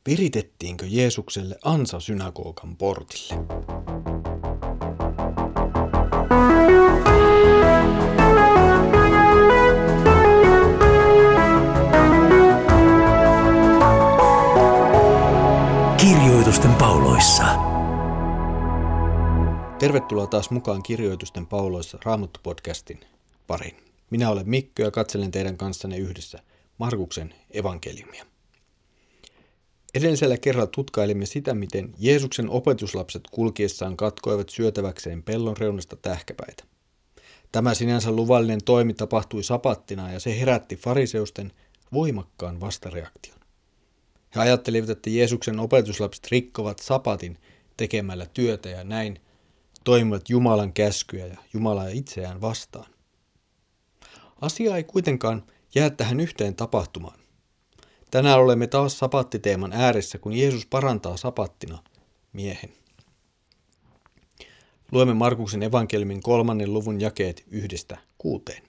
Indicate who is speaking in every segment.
Speaker 1: Viritettiinkö Jeesukselle ansa synagogan portille?
Speaker 2: Kirjoitusten pauloissa.
Speaker 1: Tervetuloa taas mukaan Kirjoitusten pauloissa Raamattu-podcastin pariin. Minä olen Mikko ja katselen teidän kanssanne yhdessä Markuksen evankeliumia. Edellisellä kerralla tutkailimme sitä, miten Jeesuksen opetuslapset kulkiessaan katkoivat syötäväkseen pellon reunasta tähkäpäitä. Tämä sinänsä luvallinen toimi tapahtui sapattina ja se herätti fariseusten voimakkaan vastareaktion. He ajattelivat, että Jeesuksen opetuslapset rikkovat sapatin tekemällä työtä ja näin toimivat Jumalan käskyjä ja Jumalaa itseään vastaan. Asia ei kuitenkaan jää tähän yhteen tapahtumaan. Tänään olemme taas sapattiteeman ääressä, kun Jeesus parantaa sapattina miehen. Luemme Markuksen evankeliumin 3. luvun jakeet 1-6.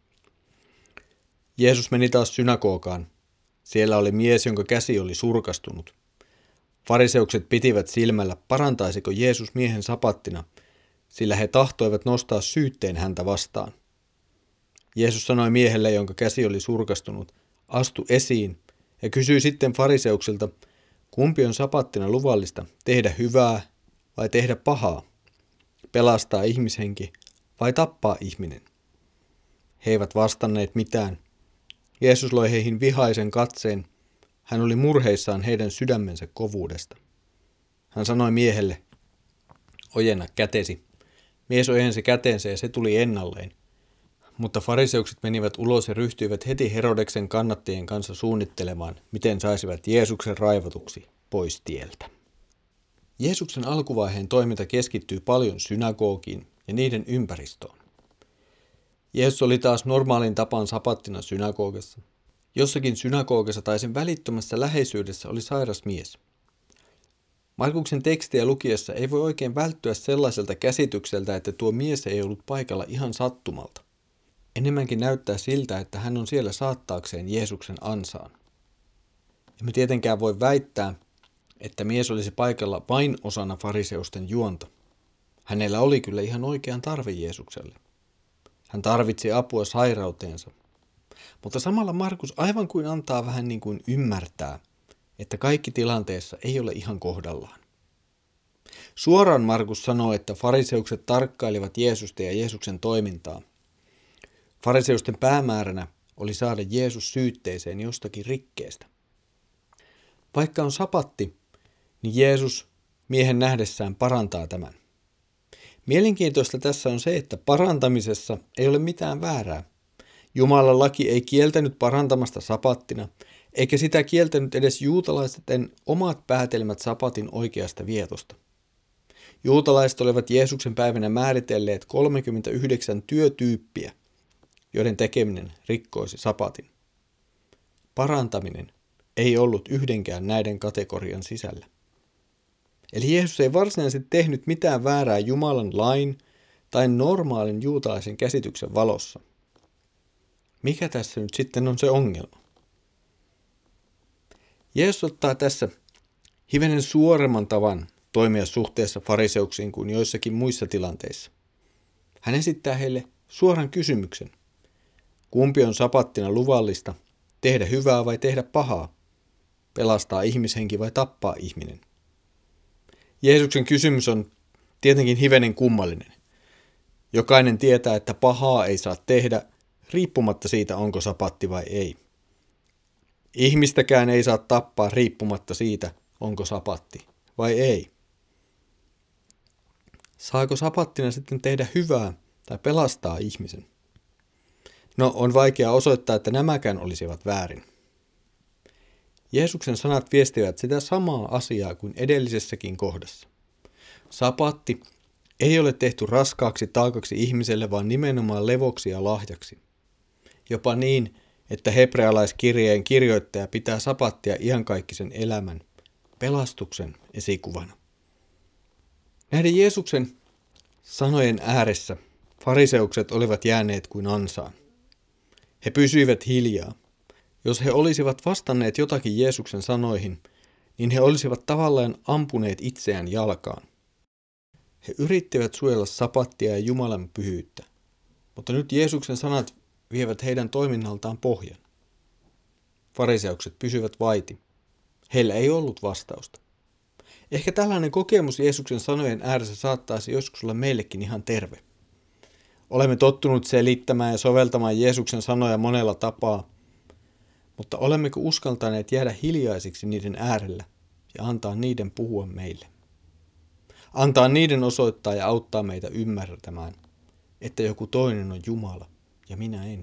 Speaker 1: Jeesus meni taas synagogaan. Siellä oli mies, jonka käsi oli surkastunut. Fariseukset pitivät silmällä, parantaisiko Jeesus miehen sapattina, sillä he tahtoivat nostaa syytteen häntä vastaan. Jeesus sanoi miehelle, jonka käsi oli surkastunut, astu esiin, ja kysyi sitten fariseuksilta, kumpi on sapattina luvallista, tehdä hyvää vai tehdä pahaa, pelastaa ihmishenki vai tappaa ihminen. He eivät vastanneet mitään. Jeesus loi heihin vihaisen katseen. Hän oli murheissaan heidän sydämensä kovuudesta. Hän sanoi miehelle, ojenna kätesi. Mies ojensi kätensä ja se tuli ennalleen. Mutta fariseukset menivät ulos ja ryhtyivät heti Herodeksen kannattajien kanssa suunnittelemaan, miten saisivat Jeesuksen raivatuksi pois tieltä. Jeesuksen alkuvaiheen toiminta keskittyy paljon synagogiin ja niiden ympäristöön. Jeesus oli taas normaalin tapaan sapattina synagogassa. Jossakin synagogassa tai sen välittömässä läheisyydessä oli sairas mies. Markuksen tekstiä lukiessa ei voi oikein välttyä sellaiselta käsitykseltä, että tuo mies ei ollut paikalla ihan sattumalta. Enemmänkin näyttää siltä, että hän on siellä saattaakseen Jeesuksen ansaan. Emme tietenkään voi väittää, että mies olisi paikalla vain osana fariseusten juonta. Hänellä oli kyllä ihan oikean tarve Jeesukselle. Hän tarvitsi apua sairauteensa. Mutta samalla Markus aivan kuin antaa vähän niin kuin ymmärtää, että kaikki tilanteessa ei ole ihan kohdallaan. Suoraan Markus sanoo, että fariseukset tarkkailivat Jeesusta ja Jeesuksen toimintaa. Fariseusten päämääränä oli saada Jeesus syytteeseen jostakin rikkeestä. Vaikka on sapatti, niin Jeesus miehen nähdessään parantaa tämän. Mielenkiintoista tässä on se, että parantamisessa ei ole mitään väärää. Jumalan laki ei kieltänyt parantamasta sapattina, eikä sitä kieltänyt edes juutalaisten omat päätelmät sapatin oikeasta vietosta. Juutalaiset olivat Jeesuksen päivänä määritelleet 39 työtyyppiä, joiden tekeminen rikkoisi sapatin. Parantaminen ei ollut yhdenkään näiden kategorian sisällä. Eli Jeesus ei varsinaisesti tehnyt mitään väärää Jumalan lain tai normaalin juutalaisen käsityksen valossa. Mikä tässä nyt sitten on se ongelma? Jeesus ottaa tässä hivenen suoremman tavan toimia suhteessa fariseuksiin kuin joissakin muissa tilanteissa. Hän esittää heille suoran kysymyksen. Kumpi on sapattina luvallista, tehdä hyvää vai tehdä pahaa, pelastaa ihmishenki vai tappaa ihminen? Jeesuksen kysymys on tietenkin hivenen kummallinen. Jokainen tietää, että pahaa ei saa tehdä riippumatta siitä, onko sapatti vai ei. Ihmistäkään ei saa tappaa riippumatta siitä, onko sapatti vai ei. Saako sapattina sitten tehdä hyvää tai pelastaa ihmisen? No, on vaikea osoittaa, että nämäkään olisivat väärin. Jeesuksen sanat viestivät sitä samaa asiaa kuin edellisessäkin kohdassa. Sapatti ei ole tehty raskaaksi taakaksi ihmiselle, vaan nimenomaan levoksi ja lahjaksi. Jopa niin, että hebrealaiskirjeen kirjoittaja pitää sapattia iankaikkisen elämän, pelastuksen esikuvana. Näiden Jeesuksen sanojen ääressä fariseukset olivat jääneet kuin ansaan. He pysyivät hiljaa. Jos he olisivat vastanneet jotakin Jeesuksen sanoihin, niin he olisivat tavallaan ampuneet itseään jalkaan. He yrittivät suojella sapattia ja Jumalan pyhyyttä, mutta nyt Jeesuksen sanat vievät heidän toiminnaltaan pohjan. Fariseukset pysyvät vaiti. Heillä ei ollut vastausta. Ehkä tällainen kokemus Jeesuksen sanojen ääressä saattaisi joskus olla meillekin ihan terve. Olemme tottunut selittämään ja soveltamaan Jeesuksen sanoja monella tapaa, mutta olemmeko uskaltaneet jäädä hiljaisiksi niiden äärellä ja antaa niiden puhua meille? Antaa niiden osoittaa ja auttaa meitä ymmärtämään, että joku toinen on Jumala ja minä en.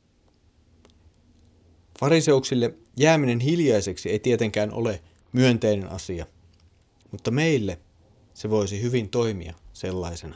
Speaker 1: Fariseuksille jääminen hiljaiseksi ei tietenkään ole myönteinen asia, mutta meille se voisi hyvin toimia sellaisena.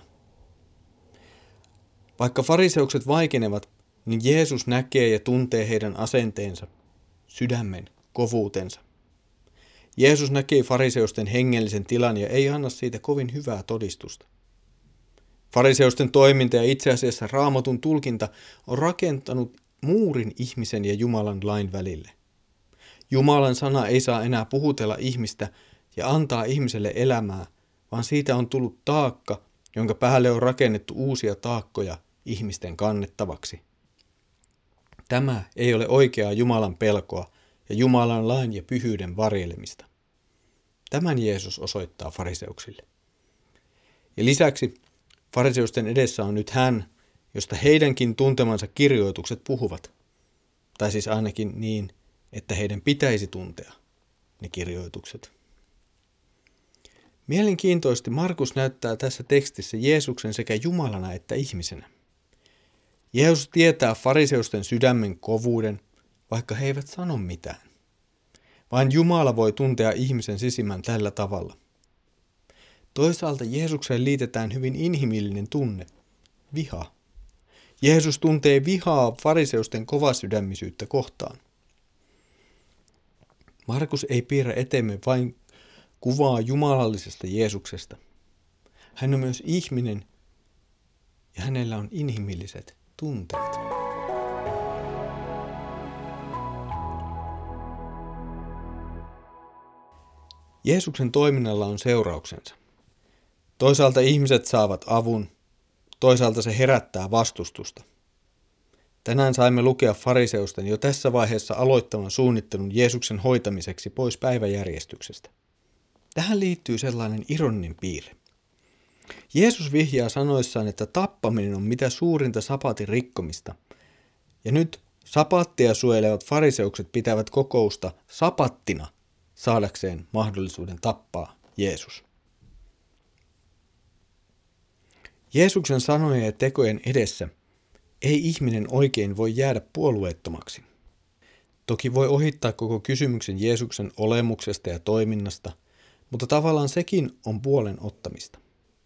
Speaker 1: Vaikka fariseukset vaikenevat, niin Jeesus näkee ja tuntee heidän asenteensa, sydämen, kovuutensa. Jeesus näkee fariseusten hengellisen tilan ja ei anna siitä kovin hyvää todistusta. Fariseusten toiminta ja itse asiassa Raamatun tulkinta on rakentanut muurin ihmisen ja Jumalan lain välille. Jumalan sana ei saa enää puhutella ihmistä ja antaa ihmiselle elämää, vaan siitä on tullut taakka, jonka päälle on rakennettu uusia taakkoja ihmisten kannettavaksi. Tämä ei ole oikeaa Jumalan pelkoa ja Jumalan lain ja pyhyyden varjelemista. Tämän Jeesus osoittaa fariseuksille. Ja lisäksi fariseusten edessä on nyt hän, josta heidänkin tuntemansa kirjoitukset puhuvat. Tai siis ainakin niin, että heidän pitäisi tuntea ne kirjoitukset. Mielenkiintoisesti Markus näyttää tässä tekstissä Jeesuksen sekä Jumalana että ihmisenä. Jeesus tietää fariseusten sydämen kovuuden, vaikka he eivät sano mitään. Vain Jumala voi tuntea ihmisen sisimmän tällä tavalla. Toisaalta Jeesukseen liitetään hyvin inhimillinen tunne, viha. Jeesus tuntee vihaa fariseusten kovasydämisyyttä kohtaan. Markus ei piirrä eteemme vain kuvaa jumalallisesta Jeesuksesta. Hän on myös ihminen ja hänellä on inhimilliset tunteet. Jeesuksen toiminnalla on seurauksensa. Toisaalta ihmiset saavat avun, toisaalta se herättää vastustusta. Tänään saimme lukea fariseusten jo tässä vaiheessa aloittavan suunnittelun Jeesuksen hoitamiseksi pois päiväjärjestyksestä. Tähän liittyy sellainen ironinen piirre. Jeesus vihjaa sanoissaan, että tappaminen on mitä suurinta sapatin rikkomista. Ja nyt sapattia suojelevat fariseukset pitävät kokousta sapattina saadakseen mahdollisuuden tappaa Jeesus. Jeesuksen sanojen ja tekojen edessä ei ihminen oikein voi jäädä puolueettomaksi. Toki voi ohittaa koko kysymyksen Jeesuksen olemuksesta ja toiminnasta, mutta tavallaan sekin on puolen ottamista.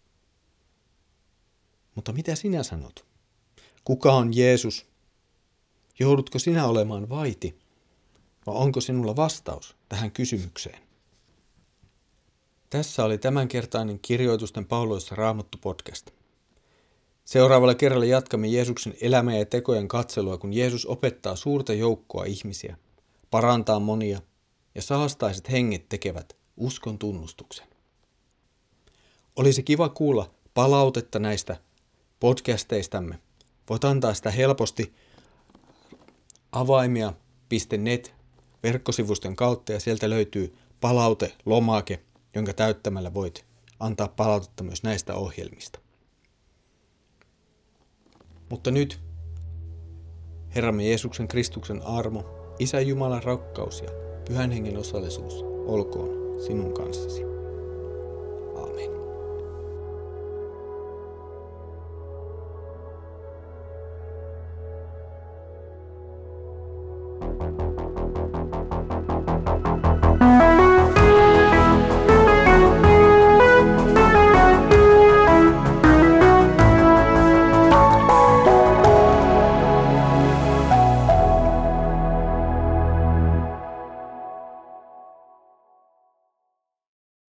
Speaker 1: Mutta mitä sinä sanot? Kuka on Jeesus? Joudutko sinä olemaan vaiti? Vai onko sinulla vastaus tähän kysymykseen? Tässä oli tämänkertainen Kirjoitusten pauloissa Raamattu podcast. Seuraavalla kerralla jatkamme Jeesuksen elämää ja tekojen katselua, kun Jeesus opettaa suurta joukkoa ihmisiä, parantaa monia ja saastaiset henget tekevät uskon tunnustuksen. Olisi kiva kuulla palautetta näistä podcasteistamme. Voit antaa sitä helposti avaimia.net verkkosivusten kautta ja sieltä löytyy palautelomake, jonka täyttämällä voit antaa palautetta myös näistä ohjelmista. Mutta nyt Herramme Jeesuksen Kristuksen armo, Isä Jumalan rakkaus ja Pyhän Hengen osallisuus olkoon sinun kanssasi. Aamen.